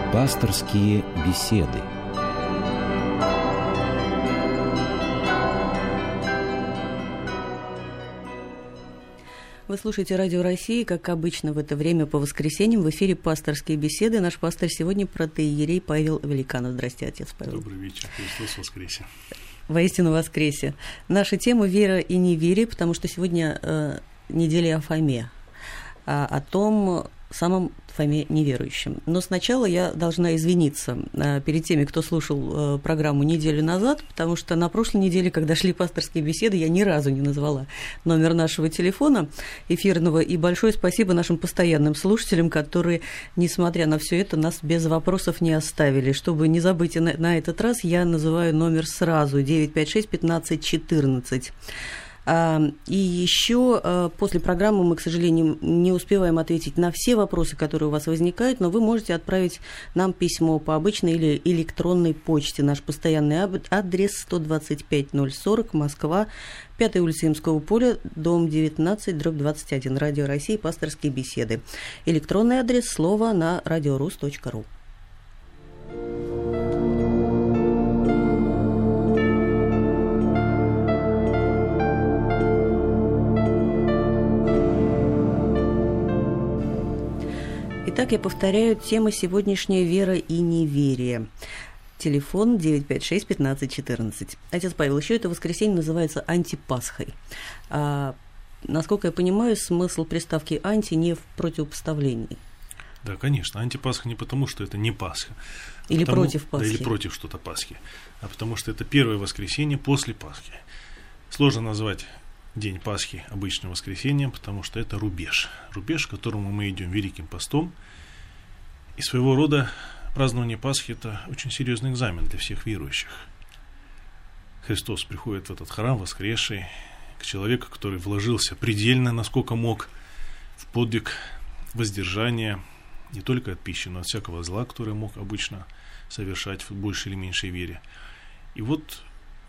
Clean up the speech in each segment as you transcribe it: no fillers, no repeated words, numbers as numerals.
Пасторские беседы. Вы слушаете Радио России, как обычно в это время по воскресеньям. В эфире «Пасторские беседы». Наш пастор сегодня протоиерей Павел Великанов. Здравствуйте, отец Павел. Добрый вечер. Христос воскресе. Воистину воскресе. Наша тема «Вера и неверие», потому что сегодня неделя о Фоме, о том самом Фоме неверующем. Но сначала я должна извиниться перед теми, кто слушал программу неделю назад, потому что на прошлой неделе, когда шли пасторские беседы, я ни разу не назвала номер нашего телефона эфирного. И большое спасибо нашим постоянным слушателям, которые, несмотря на все это, нас без вопросов не оставили. Чтобы не забыть на этот раз, я называю номер сразу: 956-15-14. И еще после программы мы, к сожалению, не успеваем ответить на все вопросы, которые у вас возникают, но вы можете отправить нам письмо по обычной или электронной почте. Наш постоянный адрес 125-040, Москва, 5-я улица Ямского поля, дом 19/21, Радио России, пасторские беседы. Электронный адрес слово на radiorus.ru. Итак, я повторяю, тема сегодняшняя — вера и неверие. Телефон 956-15-14. Отец Павел, еще это воскресенье называется антипасхой. Насколько я понимаю, смысл приставки «анти» не в противопоставлении. Да, конечно. Антипасха не потому, что это не Пасха. Или против Пасхи. Да, или против что-то Пасхи. А потому что это первое воскресенье после Пасхи. Сложно назвать день Пасхи обычным воскресеньем, потому что это рубеж. Рубеж, к которому мы идем Великим постом. И своего рода празднование Пасхи – это очень серьезный экзамен для всех верующих. Христос приходит в этот храм воскресший, к человеку, который вложился предельно, насколько мог, в подвиг воздержания не только от пищи, но от всякого зла, которое мог обычно совершать в большей или меньшей вере. И вот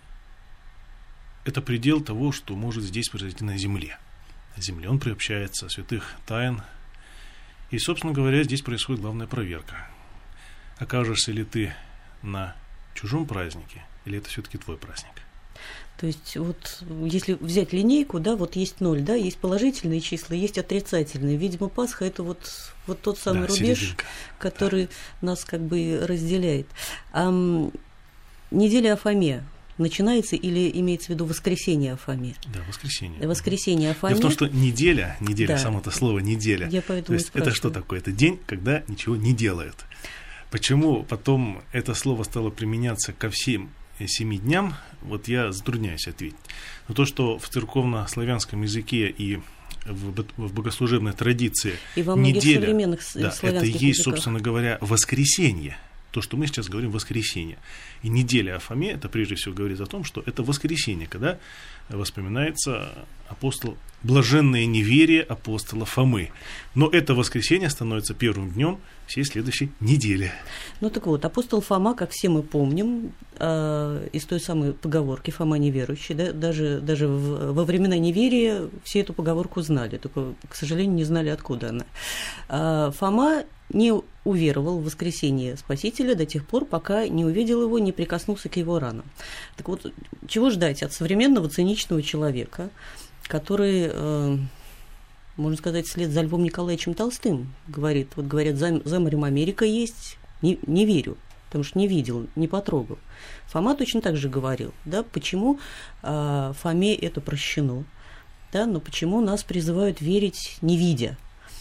это предел того, что может здесь произойти на земле. На земле он приобщается святых тайн. И, собственно говоря, здесь происходит главная проверка. Окажешься ли ты на чужом празднике, или это все-таки твой праздник? То есть вот если взять линейку, да, вот есть 0, да, есть положительные числа, есть отрицательные. Видимо, Пасха – это вот тот самый рубеж, серединка, который нас как бы разделяет. Неделя о Фоме начинается или имеется в виду воскресенье о Фоме? Да, воскресенье. Воскресенье о Фоме. Дело в том, что неделя, да. Само это слово «неделя». Я поэтому то есть это что такое? Это день, когда ничего не делают. Почему потом это слово стало применяться ко всем 7 дням, вот я затрудняюсь ответить. Но то, что в церковно-славянском языке и в богослужебной традиции и во многих неделя, современных да, славянских это есть, языках, собственно говоря, воскресенье. То, что мы сейчас говорим, воскресенье. И неделя о Фоме, это прежде всего говорит о том, что это воскресенье, когда воспоминается апостол, блаженное неверие апостола Фомы. Но это воскресенье становится первым днем всей следующей недели. Ну так вот, апостол Фома, как все мы помним, из той самой поговорки «Фома неверующий», да, даже во времена неверия все эту поговорку знали, только, к сожалению, не знали, откуда она. Фома не уверовал в воскресение Спасителя до тех пор, пока не увидел его, не прикоснулся к его ранам. Так вот, чего ждать от современного циничного человека, который, можно сказать, вслед за Львом Николаевичем Толстым говорит, вот говорят, за морем Америка есть, не верю, потому что не видел, не потрогал. Фома точно так же говорил, да, почему Фоме это прощено, да, но почему нас призывают верить, не видя.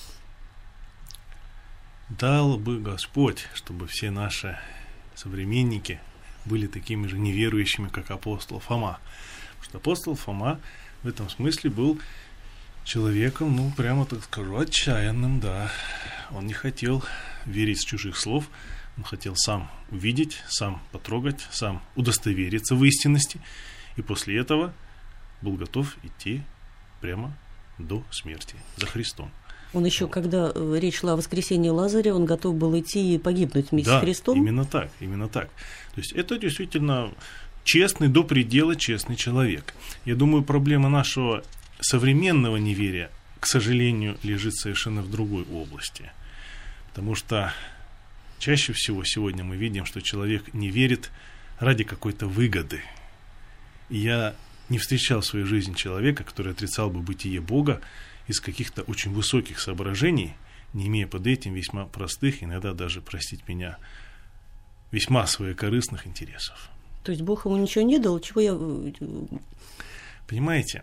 Дал бы Господь, чтобы все наши современники были такими же неверующими, как апостол Фома. Потому что апостол Фома в этом смысле был человеком, ну, прямо так скажу, отчаянным, да. Он не хотел верить с чужих слов, он хотел сам увидеть, сам потрогать, сам удостовериться в истинности, и после этого был готов идти прямо до смерти за Христом. Он еще, когда речь шла о воскресении Лазаря, он готов был идти и погибнуть вместе с Христом? Да, именно так. То есть это действительно честный, до предела честный человек. Я думаю, проблема нашего современного неверия, к сожалению, лежит совершенно в другой области. Потому что Чаще всего сегодня мы видим, что человек не верит ради какой-то выгоды. И я не встречал в своей жизни человека, который отрицал бы бытие Бога из каких-то очень высоких соображений, не имея под этим весьма простых, иногда даже, простите меня, весьма своекорыстных интересов. То есть Бог ему ничего не дал, чего я... Понимаете,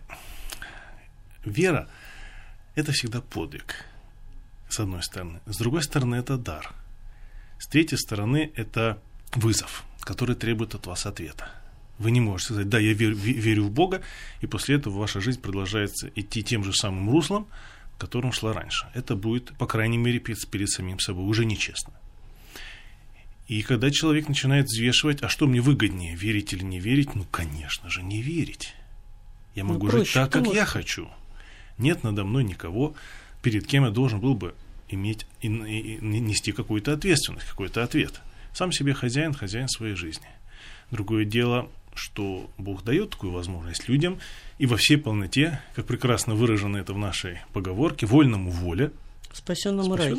вера – это всегда подвиг, с одной стороны. С другой стороны, это дар. С третьей стороны, это вызов, который требует от вас ответа. Вы не можете сказать: да, я верю в Бога, и после этого ваша жизнь продолжается идти тем же самым руслом, которым шла раньше. Это будет, по крайней мере, перед самим собой уже нечестно. И когда человек начинает взвешивать, а что мне выгоднее, верить или не верить, ну, конечно же, не верить. Я могу жить так, как я хочу. Нет надо мной никого, перед кем я должен был бы иметь и нести какую-то ответственность, какой-то ответ. Сам себе хозяин своей жизни. Другое дело, что Бог дает такую возможность людям, и во всей полноте, как прекрасно выражено это в нашей поговорке, вольному воля, спасенному рай.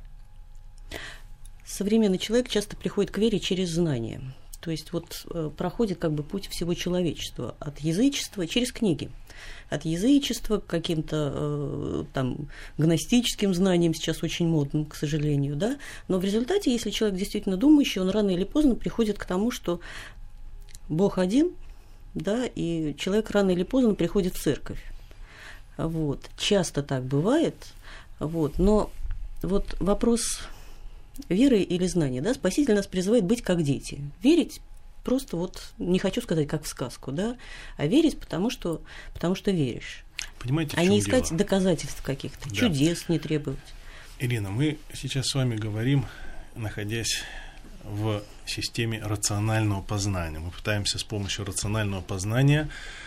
Современный человек часто приходит к вере через знание. То есть вот проходит как бы путь всего человечества от язычества через книги. От язычества к каким-то там гностическим знаниям, сейчас очень модным, к сожалению, да. Но в результате, если человек действительно думающий, он рано или поздно приходит к тому, что Бог один, да, и человек рано или поздно приходит в церковь. Вот. Часто так бывает, вот. Но вот вопрос веры или знания, да, Спаситель нас призывает быть как дети, верить просто вот, не хочу сказать как в сказку, да, а верить потому что веришь. Понимаете, в а чем не искать дело? Доказательств каких-то, да. Чудес не требовать. Ирина, мы сейчас с вами говорим, находясь в системе рационального познания. Мы пытаемся с помощью рационального познания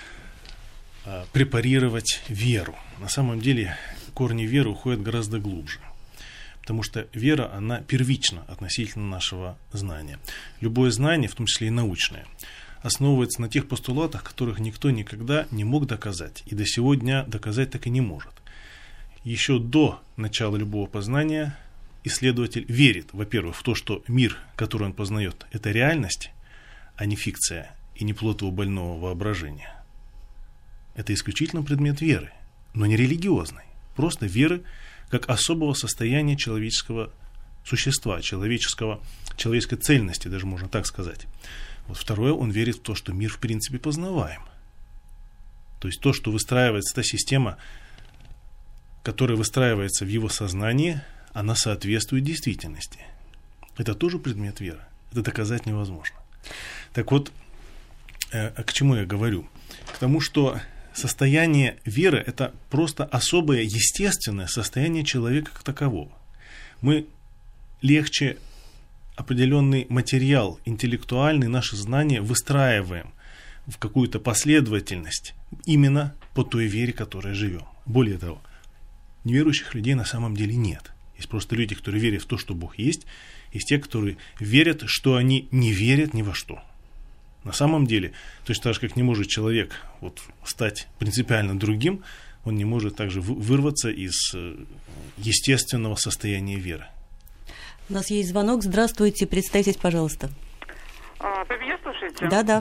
препарировать веру. На самом деле корни веры уходят гораздо глубже. Потому что вера, она первична относительно нашего знания. Любое знание, в том числе и научное, основывается на тех постулатах, которых никто никогда не мог доказать. И до сего дня доказать так и не может. Еще до начала любого познания исследователь верит, во-первых, в то, что мир, который он познает, это реальность, а не фикция и не плод его больного воображения. Это исключительно предмет веры, но не религиозной, просто веры как особого состояния человеческого существа, человеческой цельности, даже можно так сказать. Вот второе, он верит в то, что мир в принципе познаваем. То есть то, что выстраивается, та система, которая выстраивается в его сознании, она соответствует действительности. Это тоже предмет веры. Это доказать невозможно. Так вот, к чему я говорю? К тому, что состояние веры – это просто особое, естественное состояние человека как такового. Мы легче определенный материал, интеллектуальный, наши знания выстраиваем в какую-то последовательность именно по той вере, которой живем. Более того, неверующих людей на самом деле нет. Есть просто люди, которые верят в то, что Бог есть те, которые верят, что они не верят ни во что. На самом деле, точно так же, как не может человек вот, стать принципиально другим, он не может также вырваться из естественного состояния веры. У нас есть звонок. Здравствуйте, представьтесь, пожалуйста. Вы меня слушаете? Да.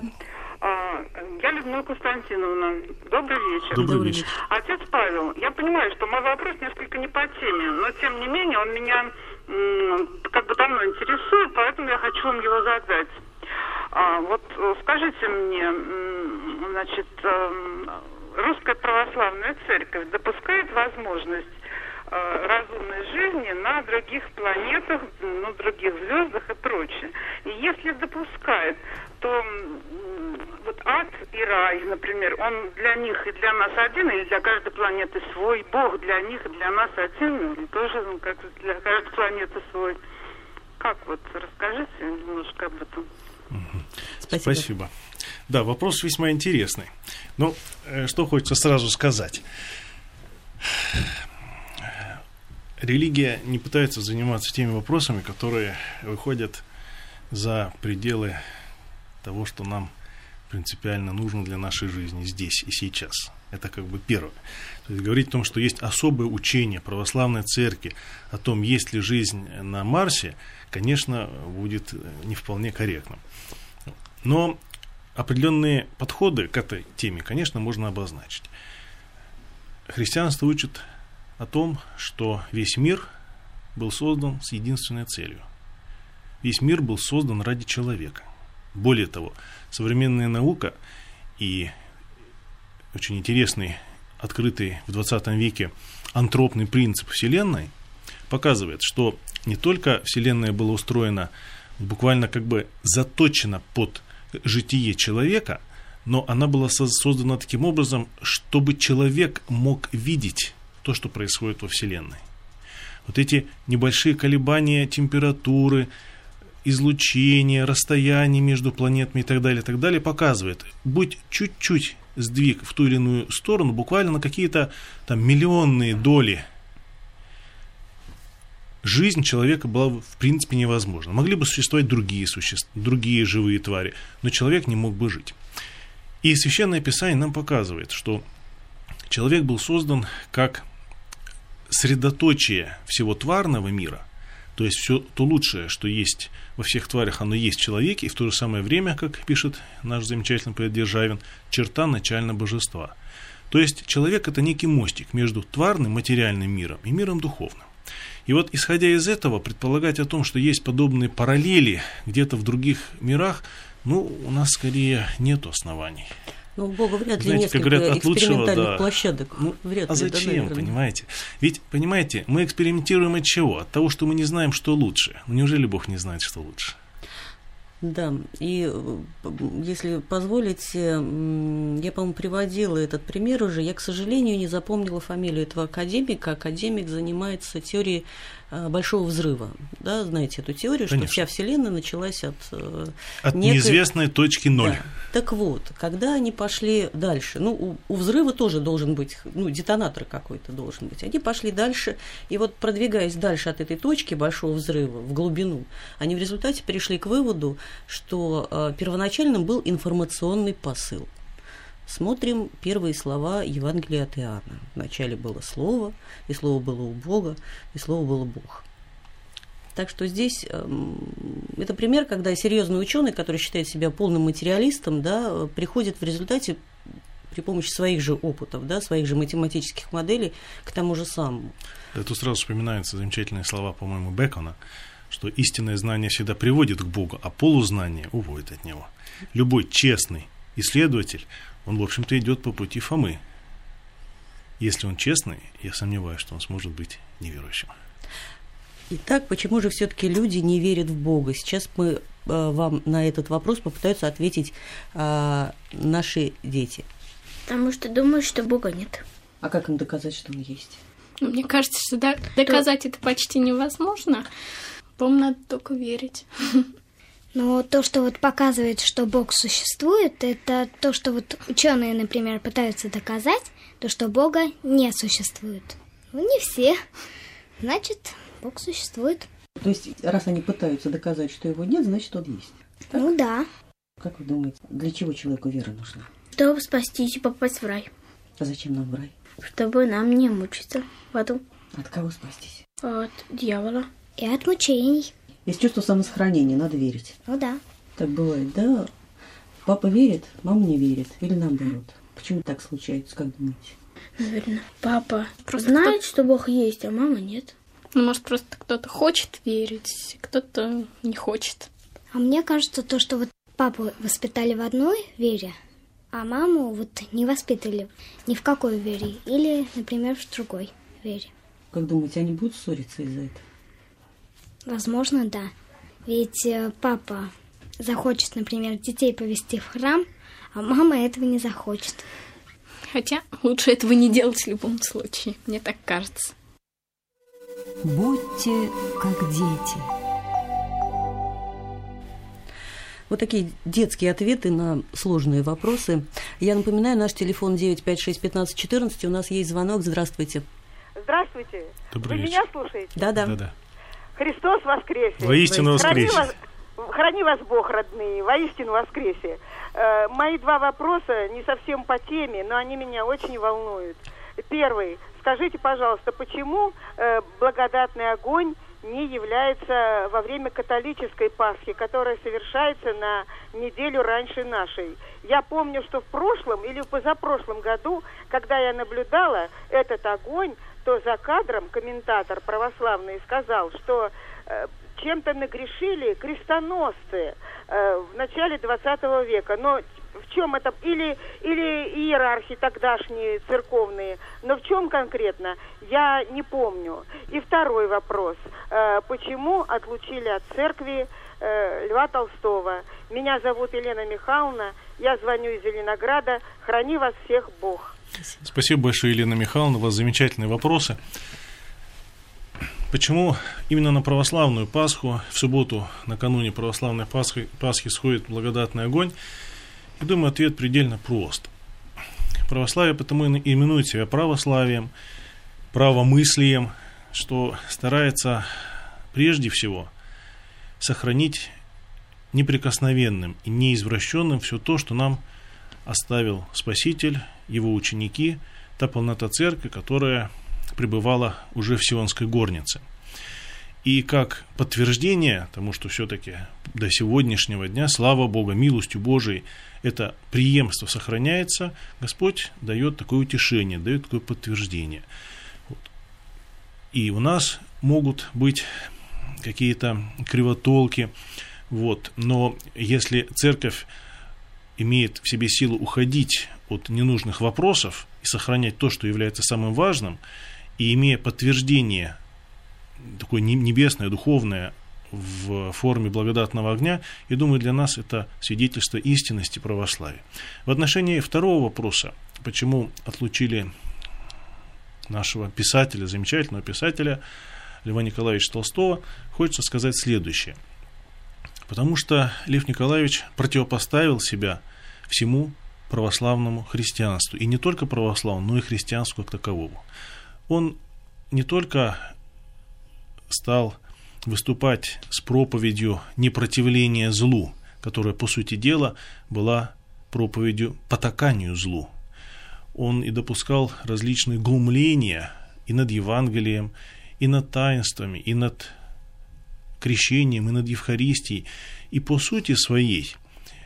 Я Людмила Константиновна. Добрый вечер. Добрый вечер. Отец Павел, я понимаю, что мой вопрос несколько не по теме, но тем не менее он меня как бы давно интересует, поэтому я хочу вам его задать. Вот скажите мне, значит, Русская Православная Церковь допускает возможность разумной жизни на других планетах, на других звездах и прочее? И если допускает, то вот ад и рай, например, он для них и для нас один, или для каждой планеты свой? Бог для них и для нас один, или тоже как для каждой планеты свой? Как вот, расскажите немножко об этом. Спасибо. Да, вопрос весьма интересный. Но что хочется сразу сказать. Религия не пытается заниматься теми вопросами, которые выходят за пределы того, что нам принципиально нужно для нашей жизни здесь и сейчас. Это как бы первое. То есть говорить о том, что есть особое учение православной церкви о том, есть ли жизнь на Марсе, конечно, будет не вполне корректно. Но определенные подходы к этой теме, конечно, можно обозначить. Христианство учит о том, что весь мир был создан с единственной целью. Весь мир был создан ради человека. Более того, современная наука и очень интересный, открытый в 20 веке антропный принцип Вселенной показывает, что не только Вселенная была устроена, буквально как бы заточена под житие человека, но она была создана таким образом, чтобы человек мог видеть то, что происходит во Вселенной. Вот эти небольшие колебания температуры, излучения, расстояния между планетами и так далее показывают, будь чуть-чуть сдвиг в ту или иную сторону, буквально на какие-то там миллионные доли, жизнь человека была в принципе невозможна. Могли бы существовать другие существа, другие живые твари, но человек не мог бы жить. И Священное Писание нам показывает, что человек был создан как средоточие всего тварного мира, то есть все то лучшее, что есть во всех тварях, оно есть в человеке, и в то же самое время, как пишет наш замечательный поэт Державин, черта начального божества. То есть человек — это некий мостик между тварным материальным миром и миром духовным. И вот, исходя из этого, предполагать о том, что есть подобные параллели где-то в других мирах, у нас скорее нет оснований. У Бога вряд ли несколько экспериментальных площадок. Вряд ли, зачем, понимаете? Ведь, понимаете, мы экспериментируем от чего? От того, что мы не знаем, что лучше. Неужели Бог не знает, что лучше? Да, и если позволите, я, по-моему, приводила этот пример уже. Я, к сожалению, не запомнила фамилию этого академика. Академик занимается теорией Большого взрыва. Да, знаете эту теорию, конечно, что вся Вселенная началась от неизвестной точки ноль. Да. Так вот, когда они пошли дальше, у взрыва тоже должен быть, детонатор какой-то должен быть. Они пошли дальше, и вот продвигаясь дальше от этой точки Большого взрыва в глубину, они в результате пришли к выводу, что первоначальным был информационный посыл. Смотрим первые слова Евангелия от Иоанна. Вначале было Слово, и Слово было у Бога, и Слово было Бог. Так что здесь это пример, когда серьезный ученый, который считает себя полным материалистом, приходит в результате при помощи своих же опытов, своих же математических моделей к тому же самому. Тут сразу вспоминаются замечательные слова, по-моему, Бекона, что истинное знание всегда приводит к Богу, а полузнание уводит от Него. Любой честный исследователь, он, в общем-то, идет по пути Фомы. Если он честный, я сомневаюсь, что он сможет быть неверующим. Итак, почему же все-таки люди не верят в Бога? Сейчас мы вам на этот вопрос попытаются ответить наши дети. Потому что думают, что Бога нет. А как им доказать, что Он есть? Мне кажется, что доказать это почти невозможно. По-моему, надо только верить. Но то, что показывает, что Бог существует, это то, что ученые, например, пытаются доказать, то, что Бога не существует. Не все. Значит, Бог существует. То есть, раз они пытаются доказать, что его нет, значит, он есть. Так? Да. Как вы думаете, для чего человеку вера нужна? Чтобы спастись и попасть в рай. А зачем нам в рай? Чтобы нам не мучиться в аду. От кого спастись? От дьявола. И от мучений. Есть чувство самосохранения, надо верить. Да. Так бывает, да? Папа верит, мама не верит. Или наоборот. Почему так случается, как думаете? Наверное, папа знает, что Бог есть, а мама нет. Может, просто кто-то хочет верить, кто-то не хочет. А мне кажется, то, что папу воспитали в одной вере, а маму не воспитали ни в какой вере. Или, например, в другой вере. Как думаете, они будут ссориться из-за этого? Возможно, да. Ведь папа захочет, например, детей повести в храм, а мама этого не захочет. Хотя лучше этого не делать в любом случае, мне так кажется. Будьте как дети. Вот такие детские ответы на сложные вопросы. Я напоминаю, наш телефон 956-15-14. У нас есть звонок. Здравствуйте. Здравствуйте. Добрый Вы вечер. меня слушаете? Да. Христос воскресе. Воистину воскресе. Храни вас Бог, родные, воистину воскресе. Мои два вопроса не совсем по теме, но они меня очень волнуют. Первый. Скажите, пожалуйста, почему благодатный огонь не является во время католической Пасхи, которая совершается на неделю раньше нашей? Я помню, что в прошлом или в позапрошлом году, когда я наблюдала этот огонь, то за кадром комментатор православный сказал, что чем-то нагрешили крестоносцы в начале 20 века. Но в чем это? Или иерархи тогдашние, церковные. Но в чем конкретно, я не помню. И второй вопрос. Почему отлучили от церкви Льва Толстого? Меня зовут Елена Михайловна. Я звоню из Зеленограда. Храни вас всех Бог. Спасибо большое, Елена Михайловна. У вас замечательные вопросы. Почему именно на православную Пасху, в субботу, накануне православной Пасхи, сходит благодатный огонь? Я думаю, ответ предельно прост. Православие потому и именует себя православием, правомыслием, что старается прежде всего сохранить неприкосновенным и неизвращенным все то, что нам оставил Спаситель, его ученики, та полнота церкви, которая пребывала уже в Сионской горнице. И как подтверждение тому, что все-таки до сегодняшнего дня, слава Богу, милостью Божией, это преемство сохраняется, Господь дает такое утешение, дает такое подтверждение. Вот. И у нас могут быть какие-то кривотолки, вот, но если церковь имеет в себе силу уходить от ненужных вопросов и сохранять то, что является самым важным, и имея подтверждение такое небесное, духовное в форме благодатного огня, я думаю, для нас это свидетельство истинности православия. В отношении второго вопроса, почему отлучили нашего писателя, замечательного писателя Льва Николаевича Толстого, хочется сказать следующее. Потому что Лев Николаевич противопоставил себя всему православному христианству. И не только православному, но и христианству как таковому. Он не только стал выступать с проповедью непротивления злу, которая, по сути дела, была проповедью потаканию злу. Он и допускал различные глумления и над Евангелием, и над таинствами, и над крещением, и над Евхаристией. И по сути своей,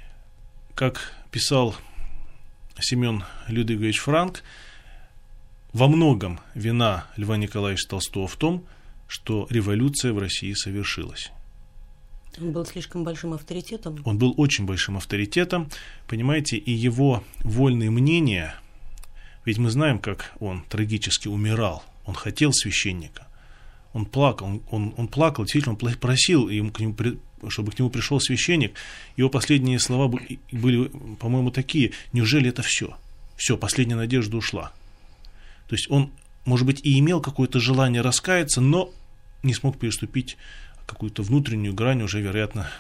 как писал Семен Людвигович Франк, во многом вина Льва Николаевича Толстого в том, что революция в России совершилась. Он был слишком большим авторитетом. Он был очень большим авторитетом, понимаете, и его вольные мнения, ведь мы знаем, как он трагически умирал, он хотел священника, он плакал, он плакал, действительно, он просил, чтобы к нему пришел священник. Его последние слова были, по-моему, такие: неужели это все? Все, последняя надежда ушла. То есть он, может быть, и имел какое-то желание раскаяться, но не смог переступить какую-то внутреннюю грань, уже, вероятно,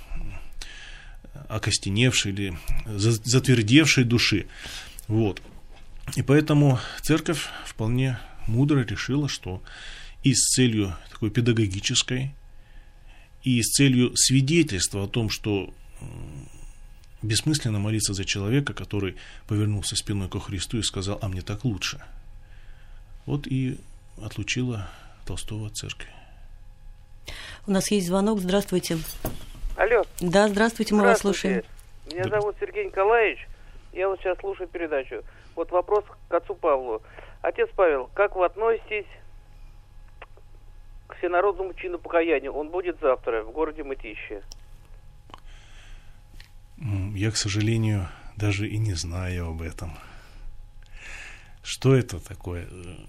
окостеневшей или затвердевшей души. Вот. И поэтому церковь вполне мудро решила, что и с целью такой педагогической, и с целью свидетельства о том, что бессмысленно молиться за человека, который повернулся спиной ко Христу и сказал: «А мне так лучше». Вот и отлучила Толстого от церкви. У нас есть звонок. Здравствуйте. Алло. Да, здравствуйте, мы вас слушаем. Меня зовут Сергей Николаевич. Я вот сейчас слушаю передачу. Вот вопрос к отцу Павлу. Отец Павел, как вы относитесь к всенародному чину покаяния? Он будет завтра в городе Мытищи. Я, к сожалению, даже и не знаю об этом. Что это такое?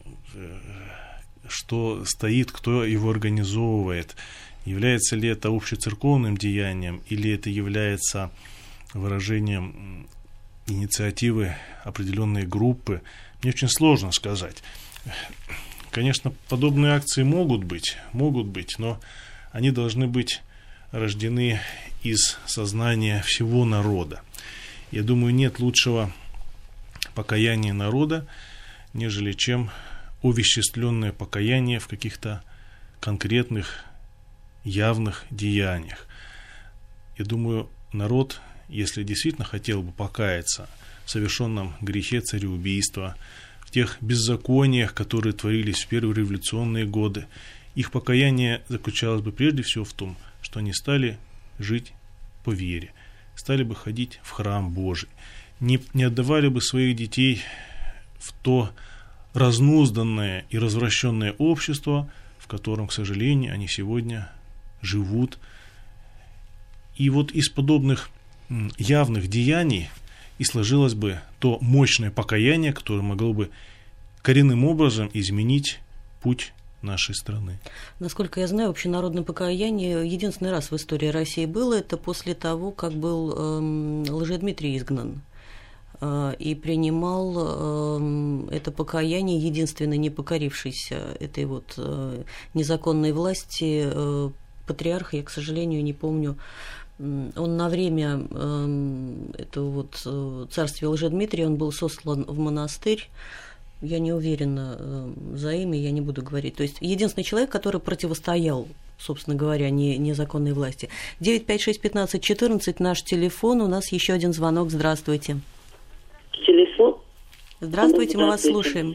Что стоит, кто его организовывает? Является ли это общецерковным деянием, или это является выражением инициативы определенной группы? Мне очень сложно сказать. Конечно, подобные акции могут быть, но они должны быть рождены из сознания всего народа. Я думаю, нет лучшего покаяния народа, нежели чем увеществленное покаяние в каких-то конкретных, явных деяниях. я думаю, народ, если действительно хотел бы покаяться в совершенном грехе цареубийства, в тех беззакониях, которые творились в первые революционные годы, их покаяние заключалось бы прежде всего в том, что они стали жить по вере, стали бы ходить в храм Божий, не отдавали бы своих детей в то разнузданное и развращенное общество, в котором, к сожалению, они сегодня живут. И вот из подобных явных деяний и сложилось бы то мощное покаяние, которое могло бы коренным образом изменить путь нашей страны. Насколько я знаю, общенародное покаяние единственный раз в истории России было, это после того, как был Лжедмитрий изгнан. И принимал это покаяние единственно не покорившийся этой вот незаконной власти патриарх, я, к сожалению, не помню. Он на время этого вот царствия Лжедмитрия, он был сослан в монастырь. Я не уверена за имя, я не буду говорить. То есть единственный человек, который противостоял, собственно говоря, незаконной власти. 956-15-14 наш телефон. У нас еще один звонок. Здравствуйте. Телефон. Здравствуйте, мы вас слушаем.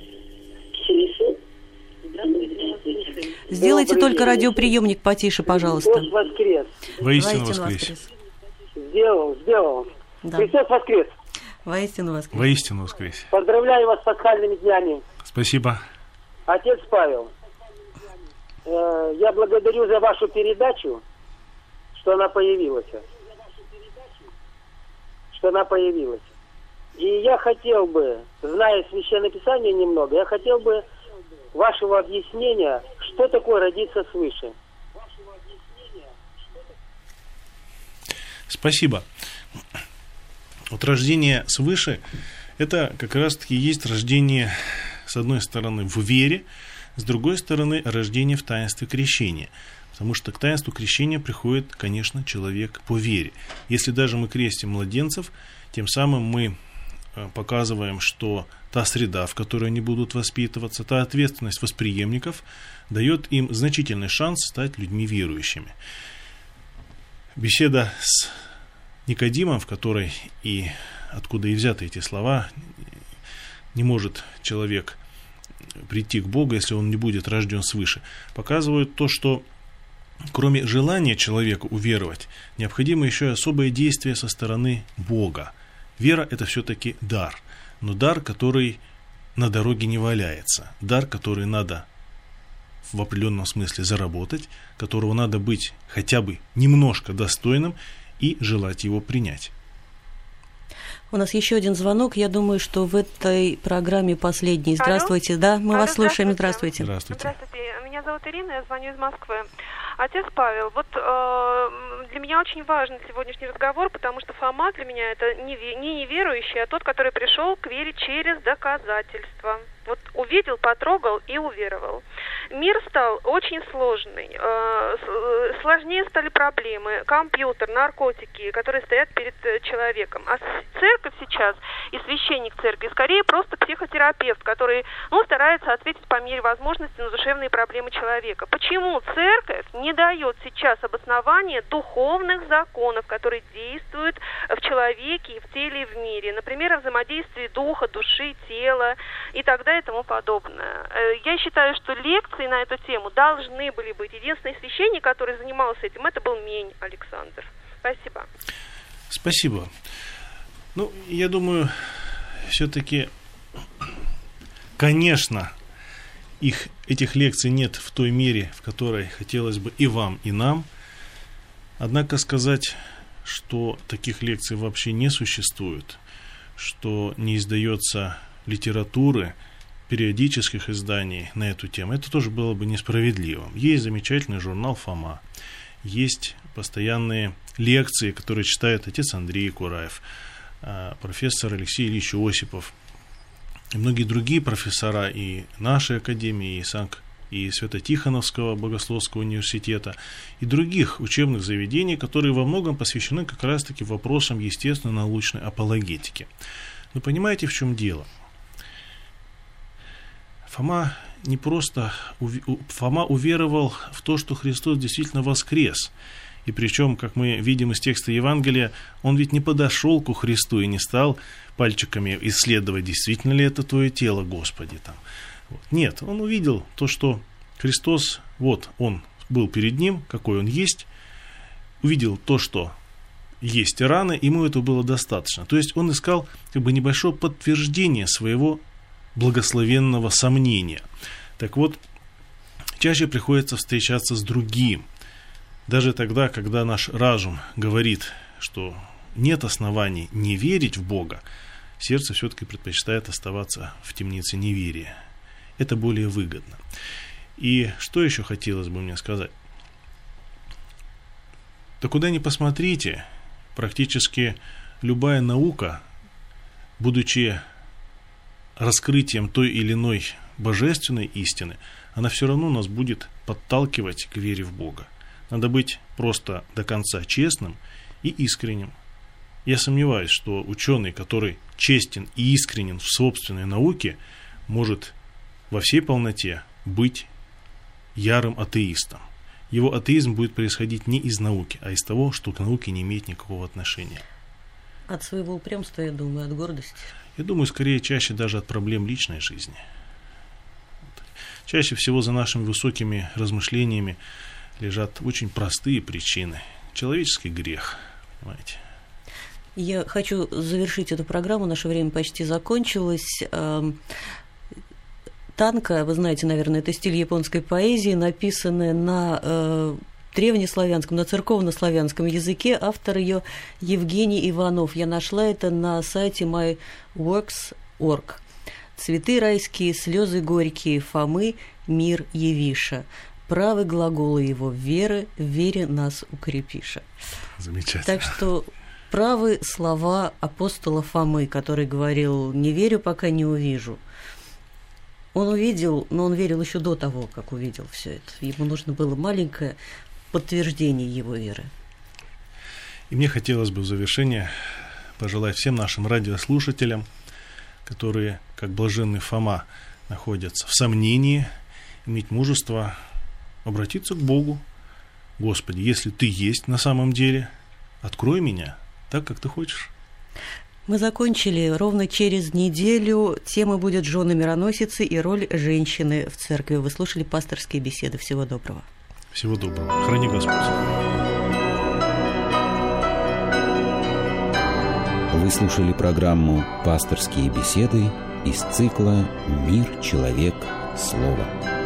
Сделайте только радиоприемник потише, пожалуйста. Христос воскрес. Воистину воскрес. Сделал. Да. Христос воскрес. Воистину воскрес. Воистину воскрес. Поздравляю вас с пасхальными днями. Спасибо. Отец Павел, я благодарю за вашу передачу, что она появилась. И я хотел бы, зная Священное Писание немного, я хотел бы вашего объяснения, что такое родиться свыше. Спасибо. Вот рождение свыше, это как раз-таки есть рождение, с одной стороны, в вере, с другой стороны, рождение в таинстве крещения. Потому что к таинству крещения приходит, конечно, человек по вере. Если даже мы крестим младенцев, тем самым мы показываем, что та среда, в которой они будут воспитываться, та ответственность восприемников дает им значительный шанс стать людьми верующими. Беседа с Никодимом, в которой и откуда и взяты эти слова, не может человек прийти к Богу, если он не будет рожден свыше, показывает то, что кроме желания человека уверовать, необходимо еще и особое действие со стороны Бога. Вера – это все-таки дар, но дар, который на дороге не валяется, дар, который надо в определенном смысле заработать, которого надо быть хотя бы немножко достойным и желать его принять. У нас еще один звонок. Я думаю, что в этой программе последний. Здравствуйте. Да, мы вас слушаем. Здравствуйте. Здравствуйте. Меня зовут Ирина, я звоню из Москвы. Отец Павел, вот для меня очень важен сегодняшний разговор, потому что Фома для меня это не неверующий, а тот, который пришел к вере через доказательства. Вот увидел, потрогал и уверовал. Мир стал очень сложный. Сложнее стали проблемы. Компьютер, наркотики, которые стоят перед человеком. А церковь сейчас и священник церкви скорее просто психотерапевт, который старается ответить по мере возможности на душевные проблемы человека. Почему церковь не дает сейчас обоснования духовных законов, которые действуют в человеке и в теле, и в мире? Например, о взаимодействии духа, души, тела и так далее и тому подобное. Я считаю, что лекции на эту тему должны были быть. Единственный священник, который занимался этим, это был Мень Александр. Спасибо. Спасибо. Я думаю, все-таки, конечно, этих лекций нет в той мере, в которой хотелось бы и вам, и нам. Однако сказать, что таких лекций вообще не существует, что не издается литературы, периодических изданий на эту тему, это тоже было бы несправедливо. Есть замечательный журнал «Фома», есть постоянные лекции, которые читает отец Андрей Кураев, профессор Алексей Ильич Осипов, и многие другие профессора и нашей академии, и Свято-Тихоновского богословского университета, и других учебных заведений, которые во многом посвящены как раз-таки вопросам естественно-научной апологетики. Но понимаете, в чем дело? Фома уверовал в то, что Христос действительно воскрес. И причем, как мы видим из текста Евангелия, он ведь не подошел к Христу и не стал пальчиками исследовать, действительно ли это твое тело, Господи. Там. Вот. Нет, он увидел то, что Христос, вот он был перед ним, какой он есть, увидел то, что есть раны, ему этого было достаточно. То есть он искал как бы небольшое подтверждение своего благословенного сомнения. Так вот, чаще приходится встречаться с другим. Даже тогда, когда наш разум говорит, что нет оснований не верить в Бога, сердце все-таки предпочитает оставаться в темнице неверия. Это более выгодно. И что еще хотелось бы мне сказать? Да куда ни посмотрите, практически любая наука, будучи раскрытием той или иной божественной истины, она все равно нас будет подталкивать к вере в Бога. Надо быть просто до конца честным и искренним. Я сомневаюсь, что ученый, который честен и искренен в собственной науке, может во всей полноте быть ярым атеистом. Его атеизм будет происходить не из науки, а из того, что к науке не имеет никакого отношения. От своего упрямства, я думаю, от гордости. Я думаю, скорее, чаще даже от проблем личной жизни. Чаще всего за нашими высокими размышлениями лежат очень простые причины. Человеческий грех, понимаете. Я хочу завершить эту программу, наше время почти закончилось. Танка, вы знаете, наверное, это стиль японской поэзии, написанная на древнеславянском, на церковнославянском языке. Автор ее Евгений Иванов. Я нашла это на сайте myworks.org. «Цветы райские, слезы горькие, Фомы, мир явиша. Правы глаголы его, веры, в вере нас укрепиша». Замечательно. Так что правы слова апостола Фомы, который говорил: «Не верю, пока не увижу». Он увидел, но он верил еще до того, как увидел все это. Ему нужно было маленькое подтверждение его веры. И мне хотелось бы в завершение пожелать всем нашим радиослушателям, которые, как блаженный Фома, находятся в сомнении, иметь мужество обратиться к Богу. Господи, если Ты есть на самом деле, открой меня так, как Ты хочешь. Мы закончили. Ровно через неделю тема будет «Жены-мироносицы и роль женщины в церкви». Вы слушали пасторские беседы. Всего доброго. Всего доброго. Храни Господь. Вы слушали программу «Пасторские беседы» из цикла «Мир, человек, слово».